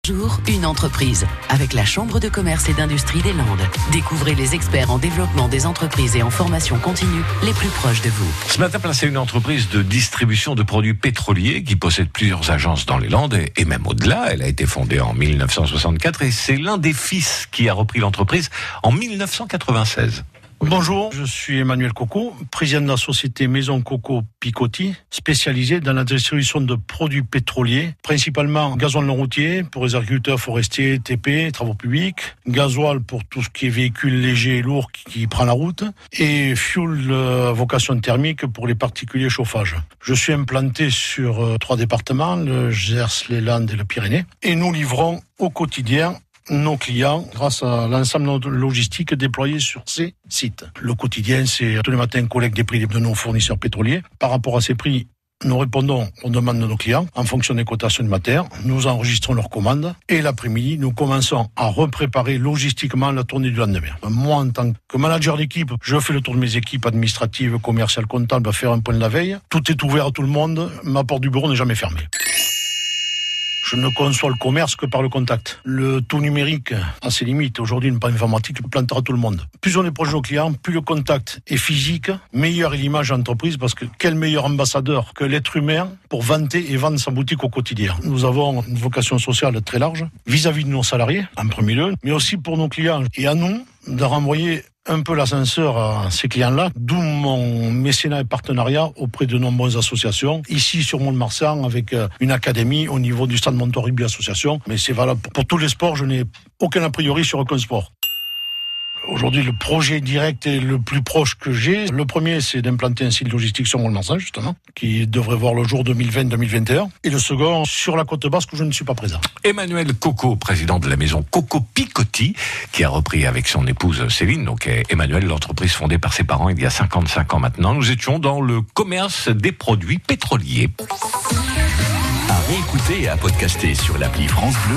Jour, une entreprise, avec la Chambre de commerce et d'industrie des Landes. Découvrez les experts en développement des entreprises et en formation continue les plus proches de vous. Ce matin, c'est une entreprise de distribution de produits pétroliers qui possède plusieurs agences dans les Landes et même au-delà. Elle a été fondée en 1964 et c'est l'un des fils qui a repris l'entreprise en 1996. Bonjour, je suis Emmanuel Coco, président de la société Maison Coco Picotti, spécialisée dans la distribution de produits pétroliers, principalement gasoil non routier pour les agriculteurs forestiers, TP, travaux publics, gasoil pour tout ce qui est véhicules légers et lourds qui prend la route, et fuel à vocation thermique pour les particuliers chauffage. Je suis implanté sur 3 départements, le Gers, les Landes et le Pyrénées, et nous livrons au quotidien nos clients grâce à l'ensemble de notre logistique déployée sur ces sites. Le quotidien, c'est tous les matins collecte des prix de nos fournisseurs pétroliers. Par rapport à ces prix, nous répondons aux demandes de nos clients en fonction des cotations du matin. Nous enregistrons leurs commandes et l'après-midi, nous commençons à repréparer logistiquement la tournée du lendemain. Moi, en tant que manager d'équipe, je fais le tour de mes équipes administratives, commerciales, comptables, à faire un point de la veille. Tout est ouvert à tout le monde. Ma porte du bureau n'est jamais fermée. Je ne conçois le commerce que par le contact. Le tout numérique a ses limites. Aujourd'hui, une panne informatique plantera tout le monde. Plus on est proche de nos clients, plus le contact est physique, meilleure est l'image d'entreprise parce que quel meilleur ambassadeur que l'être humain pour vanter et vendre sa boutique au quotidien. Nous avons une vocation sociale très large vis-à-vis de nos salariés, en premier lieu, mais aussi pour nos clients et à nous de renvoyer un peu l'ascenseur à ces clients-là, d'où mon mécénat et partenariat auprès de nombreuses associations, ici sur Mont-de-Marsan avec une académie au niveau du stade Montorugby Association, mais c'est valable pour tous les sports, je n'ai aucun a priori sur aucun sport. Aujourd'hui, le projet direct et le plus proche que j'ai, le premier, c'est d'implanter un site logistique sur Mont-de-Marsan, justement, qui devrait voir le jour 2020-2021. Et le second, sur la côte basque, où je ne suis pas présent. Emmanuel Coco, président de la maison Coco Picotti, qui a repris avec son épouse Céline. Donc, Emmanuel, l'entreprise fondée par ses parents il y a 55 ans maintenant. Nous étions dans le commerce des produits pétroliers. À réécouter et à podcaster sur l'appli France Bleu.